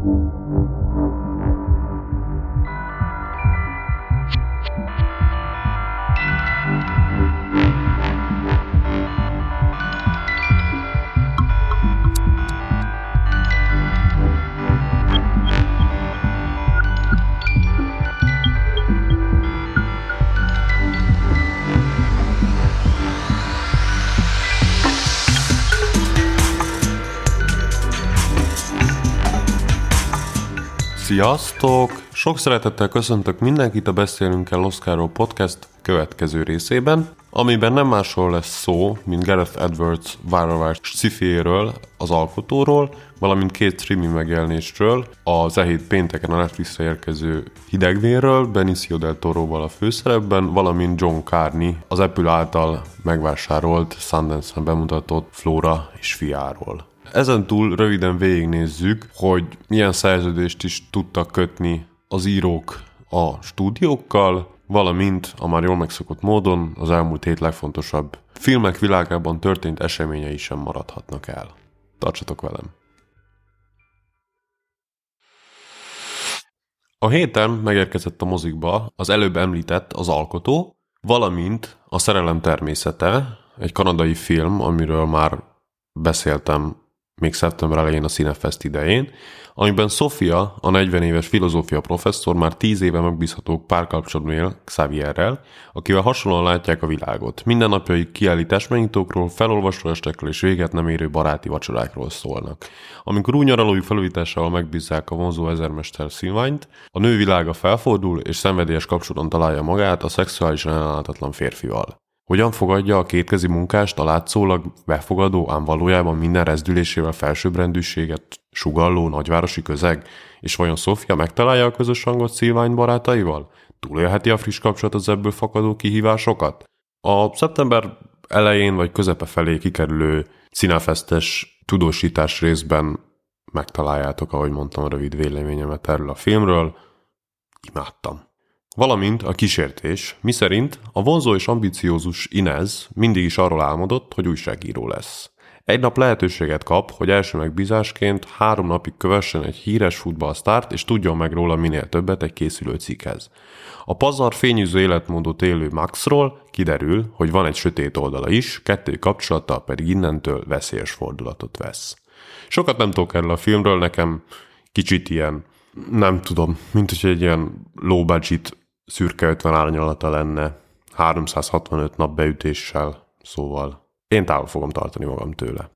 Sziasztok! Sok szeretettel köszöntök mindenkit a Beszélünk el Oscarról podcast következő részében, amiben nem másról lesz szó, mint Gareth Edwards váravárt sci-fiéről, az alkotóról, valamint két streaming megjelenésről, az e hét pénteken a Netflixre érkező Hidegvérről, Benicio del Toroval a főszerepben, valamint John Carney, az Apple által megvásárolt Sundance-en bemutatott Flóra és fiáról. Ezen túl röviden végignézzük, hogy milyen szerződést is tudtak kötni az írók a stúdiókkal, valamint a már jól megszokott módon az elmúlt hét legfontosabb filmek világában történt eseményei sem maradhatnak el. Tartsatok velem! A héten megérkezett a mozikba az előbb említett Az alkotó, valamint A szerelem természete, egy kanadai film, amiről már beszéltem még szeptember elején a Cinefest idején, amiben Sofia, a 40 éves filozófia professzor már 10 éve megbízható párkapcsolatban él Xavierrel, akivel hasonlóan látják a világot. Mindennapjaik kiállítás megnyitókról, felolvasó estekről és véget nem érő baráti vacsorákról szólnak. Amikor új nyaralójuk felújításával megbízzák a vonzó ezermester szilványt, a nő világa felfordul és szenvedélyes kapcsolatban találja magát a szexuálisan ellenállhatatlan férfival. Hogyan fogadja a kétkezi munkást a látszólag befogadó, ám valójában minden rezdülésével felsőbbrendűséget sugalló nagyvárosi közeg, és vajon Sofia megtalálja a közös hangot Szilvány barátaival? Túlélheti a friss kapcsolat az ebből fakadó kihívásokat? A szeptember elején vagy közepe felé kikerülő Cinefestes tudósítás részben megtaláljátok, ahogy mondtam, a rövid véleményemet erről a filmről. Imádtam. Valamint a kísértés, miszerint a vonzó és ambiciózus Inez mindig is arról álmodott, hogy újságíró lesz. Egy nap lehetőséget kap, hogy első megbízásként 3 napig kövessen egy híres futballsztárt, és tudjon meg róla minél többet egy készülő cikkhez. A pazar fényűző életmódot élő Maxról kiderül, hogy van egy sötét oldala is, kettő kapcsolattal pedig innentől veszélyes fordulatot vesz. Sokat nem tudok erről a filmről, nekem kicsit ilyen, nem tudom, mint hogy egy ilyen low budget szürke 50 árnyalata lenne, 365 nap beütéssel, szóval én távol fogom tartani magam tőle.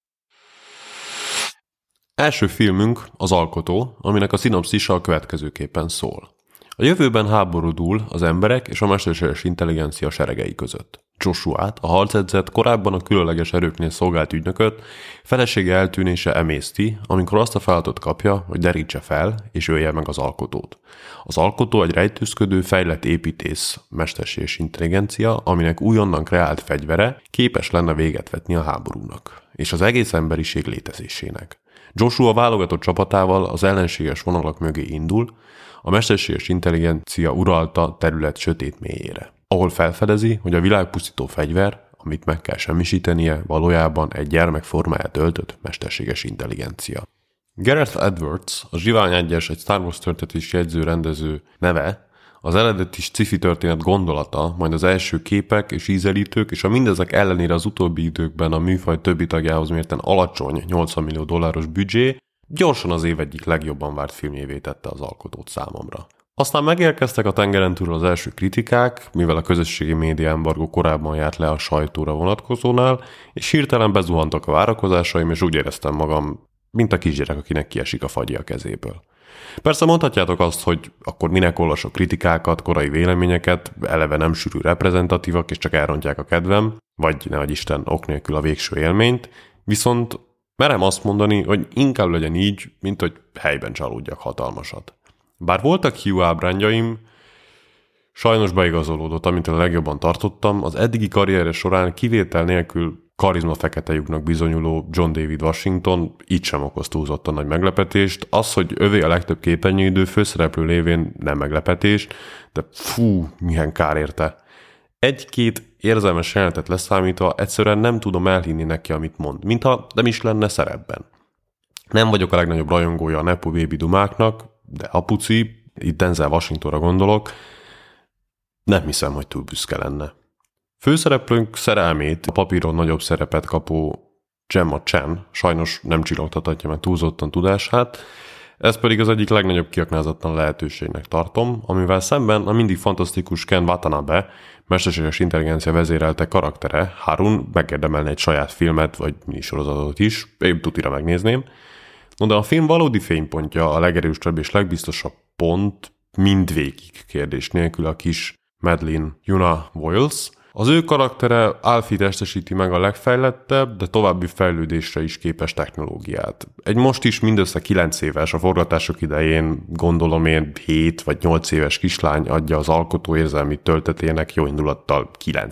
Első filmünk Az alkotó, aminek a szinopszisa a következőképpen szól. A jövőben háborúdul az emberek és a mesterséges intelligencia seregei között. Joshuát, a harcedzet, korábban a különleges erőknél szolgált ügynököt, felesége eltűnése emészti, amikor azt a feladatot kapja, hogy derítse fel és ölje meg az alkotót. Az alkotó egy rejtőzködő, fejlett építész mesterséges intelligencia, aminek újonnan kreált fegyvere képes lenne véget vetni a háborúnak, és az egész emberiség létezésének. Joshua válogatott csapatával az ellenséges vonalak mögé indul, a mesterséges intelligencia uralta terület sötét mélyére, ahol felfedezi, hogy a világpusztító fegyver, amit meg kell semmisítenie, valójában egy gyermek formáját öltött mesterséges intelligencia. Gareth Edwards, a Zsivány 1-es, egy Star Wars történetés jegyző-rendező neve, az eredeti sci-fi történet gondolata, majd az első képek és ízelítők, és a mindezek ellenére az utóbbi időkben a műfaj többi tagjához mérten alacsony $80 millió büdzsé, gyorsan az év egyik legjobban várt filmjévé tette Az alkotót számomra. Aztán megérkeztek a tengeren túlról az első kritikák, mivel a közösségi média embargó korábban járt le a sajtóra vonatkozónál, és hirtelen bezuhantak a várakozásaim, és úgy éreztem magam, mint a kisgyerek, akinek kiesik a fagyi a kezéből. Persze mondhatjátok azt, hogy akkor minek olvasok kritikákat, korai véleményeket, eleve nem sűrű reprezentatívak, és csak elrontják a kedvem, vagy nehogy Isten ok nélkül a végső élményt, viszont merem azt mondani, hogy inkább legyen így, mint hogy helyben csalódjak hatalmasat. Bár voltak hiú ábrányjaim, sajnos beigazolódott, amit a legjobban tartottam, az eddigi karrierje során kivétel nélkül karizma fekete lyuknak bizonyuló John David Washington így sem okoz túlzottan nagy meglepetést. Az, hogy övé a legtöbb képernyőidő főszereplő lévén nem meglepetés, de fú, milyen kár érte. Egy-két érzelmes jelenetet leszámítva egyszerűen nem tudom elhinni neki, amit mond, mintha nem is lenne szerepben. Nem vagyok a legnagyobb rajongója a Nepo Baby dumáknak, de apuci, itt Denzel Washingtonra gondolok, nem hiszem, hogy túl büszke lenne. Főszereplőnk szerelmét, a papíron nagyobb szerepet kapó Gemma Chan sajnos nem csillogtathatja meg túlzottan tudását, ez pedig az egyik legnagyobb kiaknázatlan lehetőségnek tartom, amivel szemben a mindig fantasztikus Ken Watanabe, mesterséges intelligencia vezérelte karaktere, Harun megérdemelne egy saját filmet vagy minisorozatot is, én tutira megnézném. No, de a film valódi fénypontja, a legerősebb és legbiztosabb pont mindvégig kérdés nélkül a kis Madeline Yuna Voiles. Az ő karaktere Alfie testesíti meg a legfejlettebb, de további fejlődésre is képes technológiát. Egy most is mindössze 9 éves, a forgatások idején gondolom én 7 vagy 8 éves kislány adja az alkotó érzelmi töltetének jó indulattal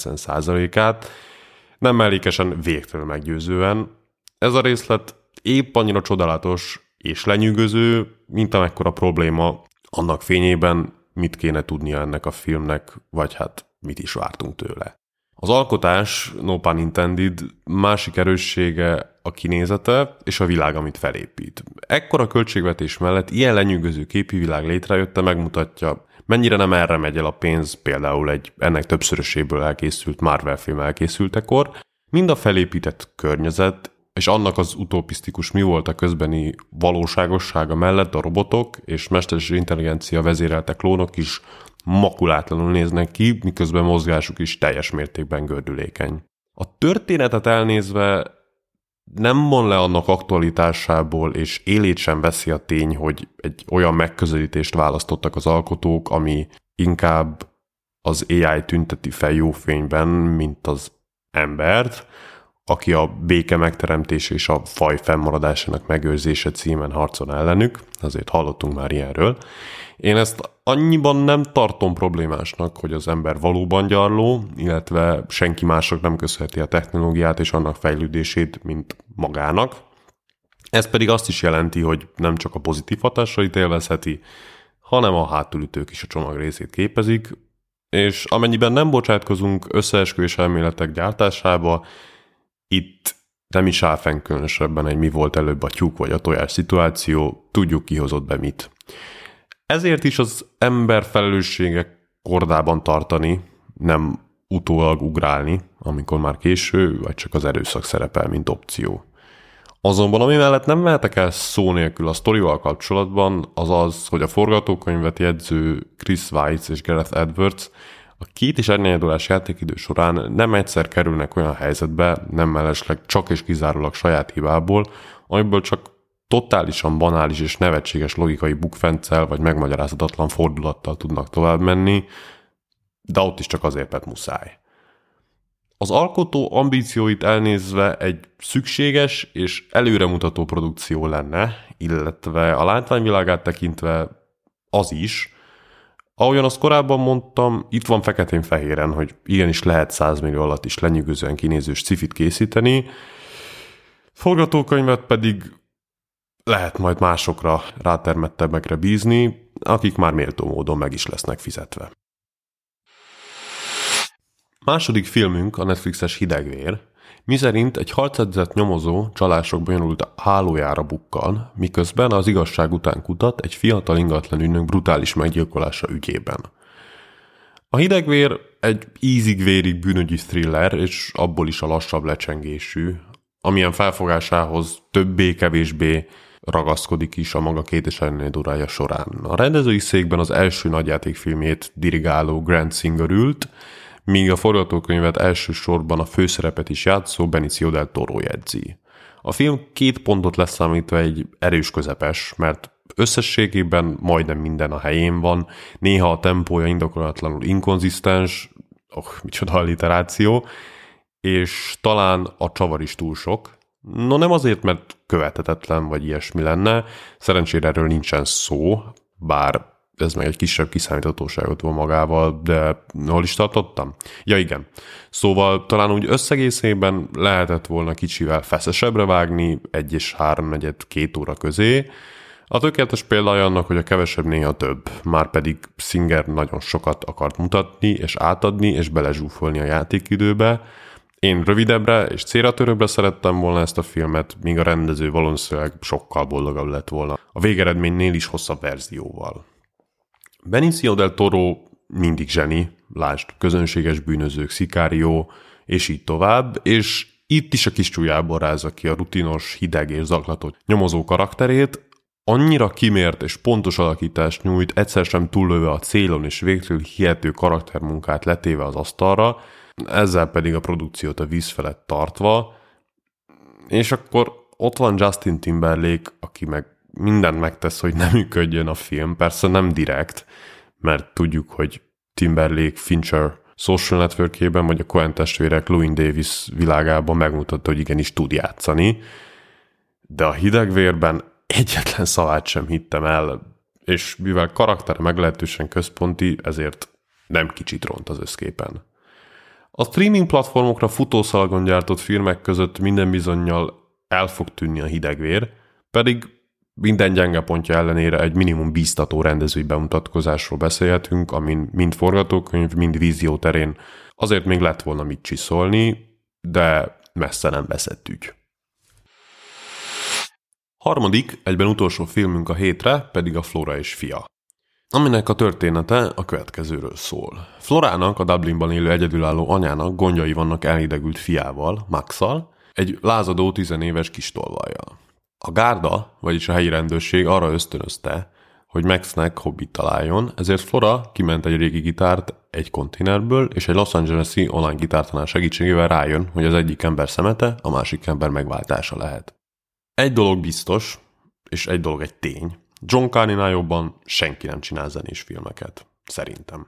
90%-át, nem mellékesen végtelenül meggyőzően. Ez a részlet épp annyira csodálatos és lenyűgöző, mint amekkora probléma annak fényében, mit kéne tudnia ennek a filmnek, vagy hát mit is vártunk tőle. Az alkotás, no pun intended, másik erőssége a kinézete és a világ, amit felépít. Ekkora költségvetés mellett ilyen lenyűgöző képi világ létrejötte megmutatja, mennyire nem erre megy el a pénz például egy ennek többszöröséből elkészült Marvel film elkészültekor, mind a felépített környezet, és annak az utopisztikus mi volt a közbeni valóságossága mellett a robotok és mesterséges intelligencia vezérelte klónok is makulátlanul néznek ki, miközben mozgásuk is teljes mértékben gördülékeny. A történetet elnézve nem von le annak aktualitásából, és élét sem veszi a tény, hogy egy olyan megközelítést választottak az alkotók, ami inkább az AI tünteti fel jó fényben, mint az embert, aki a béke megteremtése és a faj fennmaradásának megőrzése címen harcol ellenük, azért hallottunk már ilyenről. Én ezt annyiban nem tartom problémásnak, hogy az ember valóban gyarló, illetve senki másnak nem köszönheti a technológiát és annak fejlődését, mint magának. Ez pedig azt is jelenti, hogy nem csak a pozitív hatásait élvezheti, hanem a hátulütők is a csomag részét képezik, és amennyiben nem bocsátkozunk összeesküvés elméletek gyártásába, itt nem is áll fenn különösebben egy mi volt előbb a tyúk vagy a tojás szituáció, tudjuk ki hozott be mit. Ezért is az ember felelőssége kordában tartani, nem utólag ugrálni, amikor már késő, vagy csak az erőszak szerepel, mint opció. Azonban ami mellett nem vehetek el szó nélkül a sztorival kapcsolatban, az az, hogy a forgatókönyvet jegyző Chris Weitz és Gareth Edwards a 2,4 órás játékidő során nem egyszer kerülnek olyan helyzetbe, nem mellesleg csak és kizárólag saját hibából, amiből csak totálisan banális és nevetséges logikai bukfenccel vagy megmagyarázhatatlan fordulattal tudnak tovább menni, de ott is csak azért, mert muszáj. Az alkotó ambícióit elnézve egy szükséges és előremutató produkció lenne, illetve a látványvilágát tekintve az is. Ahogyan azt korábban mondtam, itt van feketén-fehéren, hogy igenis lehet 100 millió alatt is lenyűgözően kinéző scifit készíteni, forgatókönyvet pedig lehet majd másokra rátermettebbekre bízni, akik már méltó módon meg is lesznek fizetve. Második filmünk a Netflixes Hidegvér, miszerint egy harcedzett nyomozó csalások bonyolult hálójára bukkan, miközben az igazság után kutat egy fiatal ingatlan ügynök brutális meggyilkolása ügyében. A Hidegvér egy ízig-vérig bűnügyi thriller, és abból is a lassabb lecsengésű, amilyen felfogásához többé-kevésbé ragaszkodik is a maga 2,4 órája során. A rendezői székben az első nagyjátékfilmjét dirigáló Grant Singer ült, míg a forgatókönyvet elsősorban a főszerepet is játszó Benicio del Toro jegyzi. A film 2 pontot leszámítva egy erős közepes, mert összességében majdnem minden a helyén van, néha a tempója indokolatlanul inkonzisztens, micsoda alliteráció, és talán a csavar is túl sok. No, nem azért, mert követhetetlen vagy ilyesmi lenne, szerencsére erről nincsen szó, bár ez meg egy kisebb kiszámíthatóságot von magával, de hol is tartottam? Ja igen. Szóval talán úgy összegészében lehetett volna kicsivel feszesebbre vágni 1 és 3/4-2 óra közé. A tökéletes példája annak, hogy a kevesebb néha több, már pedig Singer nagyon sokat akart mutatni és átadni és belezsúfolni a játékidőbe. Én rövidebbre és célra törőbbre szerettem volna ezt a filmet, míg a rendező valószínűleg sokkal boldogabb lett volna a végeredménynél is hosszabb verzióval. Benicio del Toro mindig zseni, lásd Közönséges bűnözők, Sicario, és így tovább, és itt is a kis csúlyából rázza ki a rutinos, hideg és zaklatott nyomozó karakterét, annyira kimért és pontos alakítást nyújt, egyszer sem túllőve a célon és végtől hihető karaktermunkát letéve az asztalra, ezzel pedig a produkciót a víz felett tartva, és akkor ott van Justin Timberlake, aki meg mindent megtesz, hogy nem működjön a film, persze nem direkt, mert tudjuk, hogy Timberlake Fincher Social Networkében, vagy a Coen testvérek Llewyn Davis világában megmutatta, hogy igenis tud játszani, de a hidegvérben egyetlen szavát sem hittem el, és mivel karaktere meglehetősen központi, ezért nem kicsit ront az összképen. A streaming platformokra futószalagon gyártott filmek között minden bizonnyal el fog tűnni a hidegvér, pedig minden gyenge pontja ellenére egy minimum bíztató rendezői bemutatkozásról beszélhetünk, amin mind forgatókönyv, mind vízió terén azért még lett volna mit csiszolni, de messze nem veszett ügy. Harmadik, egyben utolsó filmünk a hétre pedig a Flora és fia, aminek a története a következőről szól. Florának, a Dublinban élő egyedülálló anyának gondjai vannak elhidegült fiával, Maxal, egy lázadó 10 éves kistolvajjal. A gárda, vagyis a helyi rendőrség arra ösztönözte, hogy Maxnek hobbit találjon, ezért Flora kiment egy régi gitárt egy konténerből, és egy Los Angeles-i online gitártanár segítségével rájön, hogy az egyik ember szemete, a másik ember megváltása lehet. Egy dolog biztos, és egy dolog egy tény. John Carney-nál jobban senki nem csinál zenés filmeket. Szerintem.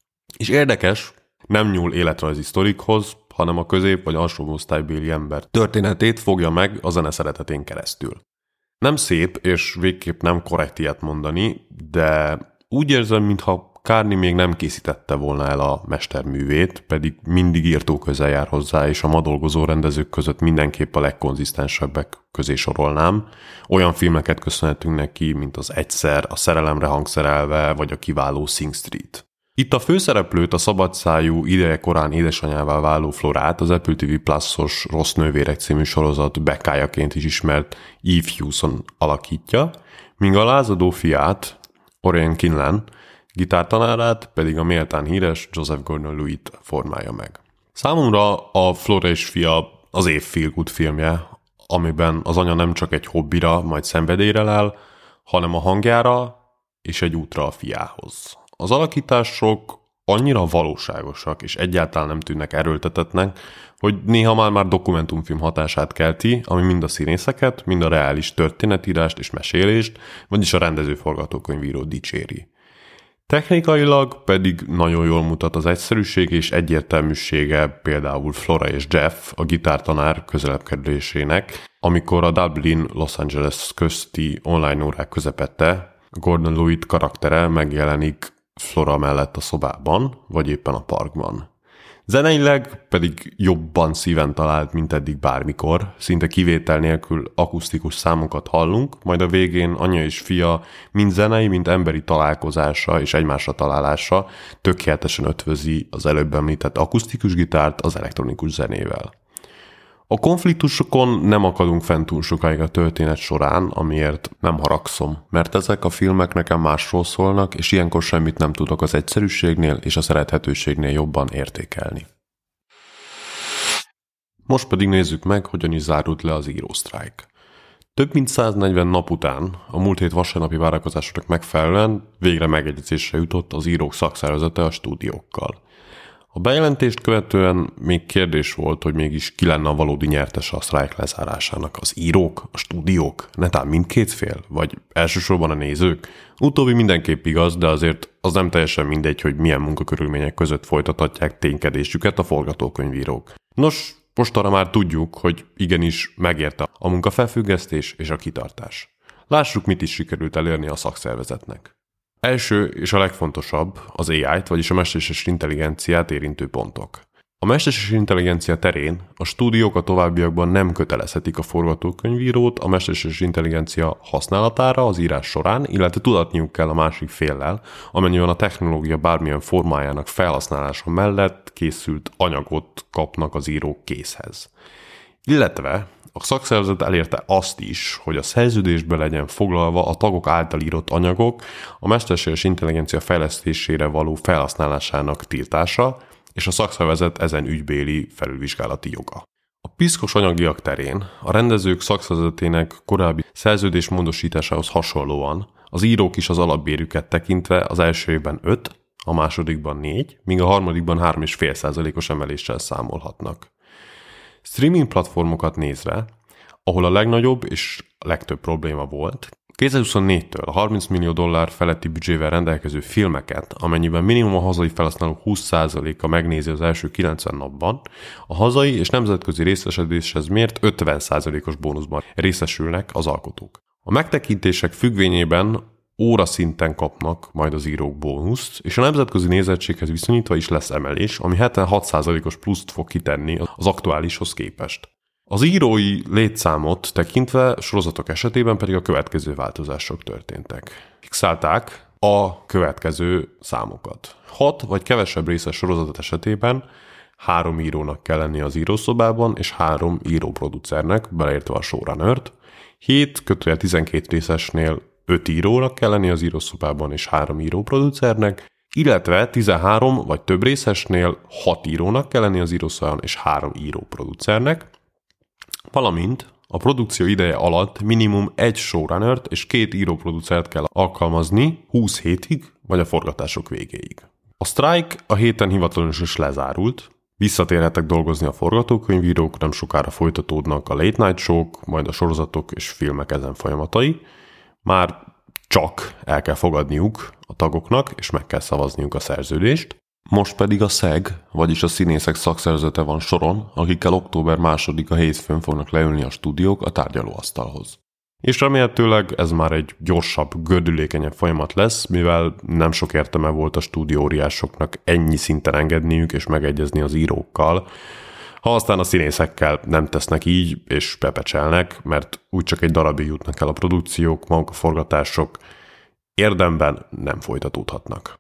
És érdekes, nem nyúl életrajzi sztorikhoz, hanem a közép- vagy alsóosztálybéli ember történetét fogja meg a zene szeretetén keresztül. Nem szép, és végképp nem korrekt ilyet mondani, de úgy érzem, mintha Carney még nem készítette volna el a mesterművét, pedig mindig írtó közel jár hozzá, és a ma dolgozó rendezők között mindenképp a legkonzisztensebbek közé sorolnám. Olyan filmeket köszönhetünk neki, mint az Egyszer, a Szerelemre hangszerelve, vagy a kiváló Sing Street. Itt a főszereplőt, a szabadszájú, ideje korán édesanyává váló Florát az Apple TV Plus-os Rossz nővérek című sorozat Beckájaként is ismert Eve Hewson alakítja, míg a lázadó fiát, Orion Kinlan, gitártanárát pedig a méltán híres Joseph Gordon-Levitt formálja meg. Számomra a Flora és fia az év feel good filmje, amiben az anya nem csak egy hobbira, majd szenvedélyre lel, hanem a hangjára és egy útra a fiához. Az alakítások annyira valóságosak, és egyáltalán nem tűnnek erőltetetnek, hogy néha már dokumentumfilm hatását kelti, ami mind a színészeket, mind a reális történetírást és mesélést, vagyis a rendező forgatókönyvíró dicséri. Technikailag pedig nagyon jól mutat az egyszerűség és egyértelműsége például Flora és Jeff, a gitártanár közelebb kerülésének, amikor a Dublin-Los Angeles közti online órák közepette Gordon Levitt karaktere megjelenik Flora mellett a szobában, vagy éppen a parkban. Zeneileg pedig jobban szíven talált, mint eddig bármikor, szinte kivétel nélkül akusztikus számokat hallunk, majd a végén anya és fia mind zenei, mind emberi találkozása és egymásra találása tökéletesen ötvözi az előbb említett akusztikus gitárt az elektronikus zenével. A konfliktusokon nem akadunk fent túl sokáig a történet során, amiért nem haragszom, mert ezek a filmek nekem másról szólnak, és ilyenkor semmit nem tudok az egyszerűségnél és a szerethetőségnél jobban értékelni. Most pedig nézzük meg, hogyan is zárult le az írósztrájk. Több mint 140 nap után, a múlt hét vasárnapi várakozásoknak megfelelően végre megegyezésre jutott az írók szakszervezete a stúdiókkal. A bejelentést követően még kérdés volt, hogy mégis ki lenne a valódi nyertese a sztrájk lezárásának. Az írók, a stúdiók, netán mindkét fél, vagy elsősorban a nézők? Utóbbi mindenképp igaz, de azért az nem teljesen mindegy, hogy milyen munkakörülmények között folytathatják ténykedésüket a forgatókönyvírók. Nos, mostanra már tudjuk, hogy igenis megérte a munkafelfüggesztés és a kitartás. Lássuk, mit is sikerült elérni a szakszervezetnek. Első és a legfontosabb az AI-t, vagyis a mesterséges intelligenciát érintő pontok. A mesterséges intelligencia terén a stúdiók a továbbiakban nem kötelezhetik a forgatókönyvírót a mesterséges intelligencia használatára az írás során, illetve tudatniuk kell a másik féllel, amennyiben a technológia bármilyen formájának felhasználása mellett készült anyagot kapnak az írók készhez. Illetve a szakszervezet elérte azt is, hogy a szerződésbe legyen foglalva a tagok által írott anyagok a mesterséges intelligencia fejlesztésére való felhasználásának tiltása, és a szakszervezet ezen ügybéli felülvizsgálati joga. A piszkos anyagiak terén a rendezők szakszervezetének korábbi szerződés módosításához hasonlóan az írók is az alapbérüket tekintve az első évben 5, a másodikban 4, míg a harmadikban 3,5%-os emeléssel számolhatnak. Streaming platformokat nézve, ahol a legnagyobb és legtöbb probléma volt, 2024-től a $30 millió feletti büdzsével rendelkező filmeket, amennyiben minimum a hazai felhasználók 20%-a megnézi az első 90 napban, a hazai és nemzetközi részesedéshez mért 50%-os bónuszban részesülnek az alkotók. A megtekintések függvényében óraszinten kapnak majd az írók bónuszt, és a nemzetközi nézettséghez viszonyítva is lesz emelés, ami 76%-os pluszt fog kitenni az aktuálishoz képest. Az írói létszámot tekintve sorozatok esetében pedig a következő változások történtek. Fixálták a következő számokat. 6 vagy kevesebb részes sorozat esetében 3 írónak kell lenni az írószobában, és 3 íróproducernek, beleértve a showrunnert. 7-12 részesnél 5 írónak kell lenni az írószobában, és 3 íróproducernek, illetve 13 vagy több részesnél 6 írónak kell lenni az írószobában, és 3 íróproducernek, valamint a produkció ideje alatt minimum 1 showrunnert és 2 íróproducert kell alkalmazni 20 hétig, vagy a forgatások végéig. A sztrájk a héten hivatalosan is lezárult, visszatérhetek dolgozni a forgatókönyvírók, nem sokára folytatódnak a late night show-k, majd a sorozatok és filmek ezen folyamatai. Már csak el kell fogadniuk a tagoknak, és meg kell szavazniuk a szerződést. Most pedig a SZEG, vagyis a színészek szakszervezete van soron, akikkel október 2-a hétfőn fognak leülni a stúdiók a tárgyalóasztalhoz. És remélhetőleg ez már egy gyorsabb, gördülékenyebb folyamat lesz, mivel nem sok értelme volt a stúdióriásoknak ennyi szinten engedniük és megegyezni az írókkal, ha aztán a színészekkel nem tesznek így, és pepecselnek, mert úgy csak egy darabig jutnak el a produkciók, maguk a forgatások, érdemben nem folytatódhatnak.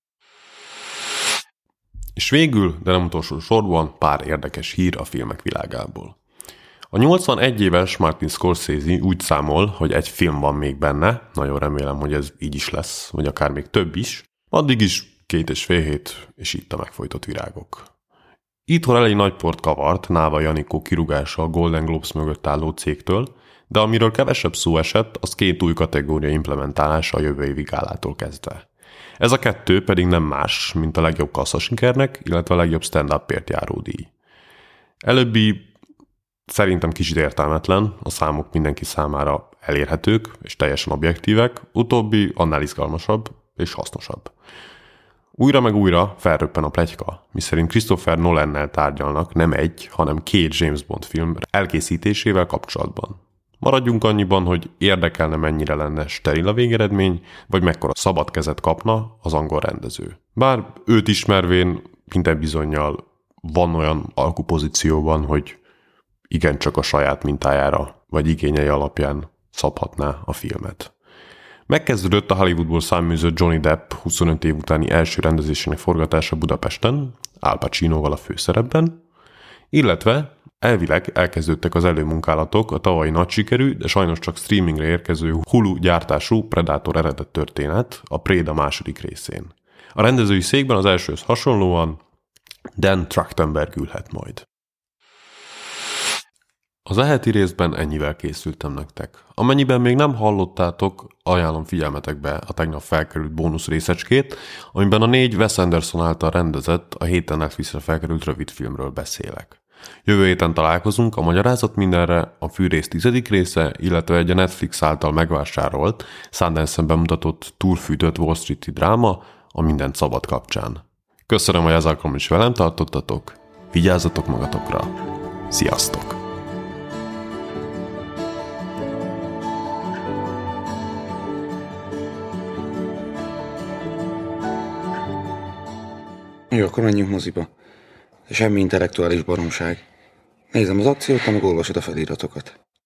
És végül, de nem utolsó sorban, pár érdekes hír a filmek világából. A 81 éves Martin Scorsese úgy számol, hogy egy film van még benne, nagyon remélem, hogy ez így is lesz, vagy akár még több is. Addig is 2,5 hét, és itt a megfojtott virágok. Itthon elég nagy port kavart Náva Janikó kirúgása a Golden Globes mögött álló cégtől, de amiről kevesebb szó esett, az 2 új kategória implementálása a jövő évi gálától kezdve. Ez a 2 pedig nem más, mint a legjobb kasszasikernek, illetve a legjobb stand-upért járó díj. Előbbi szerintem kicsit értelmetlen, a számok mindenki számára elérhetők és teljesen objektívek, utóbbi annál izgalmasabb és hasznosabb. Újra meg újra felröppen a pletyka, miszerint Christopher Nolannel tárgyalnak nem egy, hanem 2 James Bond film elkészítésével kapcsolatban. Maradjunk annyiban, hogy érdekelne mennyire lenne steril a végeredmény, vagy mekkora szabad kezet kapna az angol rendező. Bár őt ismervén minden bizonnyal van olyan alkupozícióban, hogy igencsak a saját mintájára, vagy igényei alapján szabhatná a filmet. Megkezdődött a Hollywoodból száműzött Johnny Depp 25 év utáni első rendezésének forgatása Budapesten, Al Pacinoval a főszerepben, illetve elvileg elkezdődtek az előmunkálatok a tavalyi nagy sikerű, de sajnos csak streamingre érkező Hulu gyártású Predator eredet történet, a Préda második részén. A rendezői székben az elsőhöz hasonlóan Dan Trachtenberg ülhet majd. Az eheti részben ennyivel készültem nektek. Amennyiben még nem hallottátok, ajánlom figyelmetekbe a tegnap felkerült bónusz részecskét, amiben a 4 Wes Anderson által rendezett, a héten Netflixre felkerült rövidfilmről beszélek. Jövő héten találkozunk, a magyarázat mindenre, a fűrész 10. része, illetve egy a Netflix által megvásárolt, Sundance-en bemutatott túlfűtött Wall Street-i dráma, a Mindent szabad kapcsán. Köszönöm, hogy ezzel is velem tartottatok, vigyázzatok magatokra, sziasztok! Jó, akkor menjünk moziba. Semmi intellektuális baromság. Nézem az akciót, te meg olvasod a feliratokat.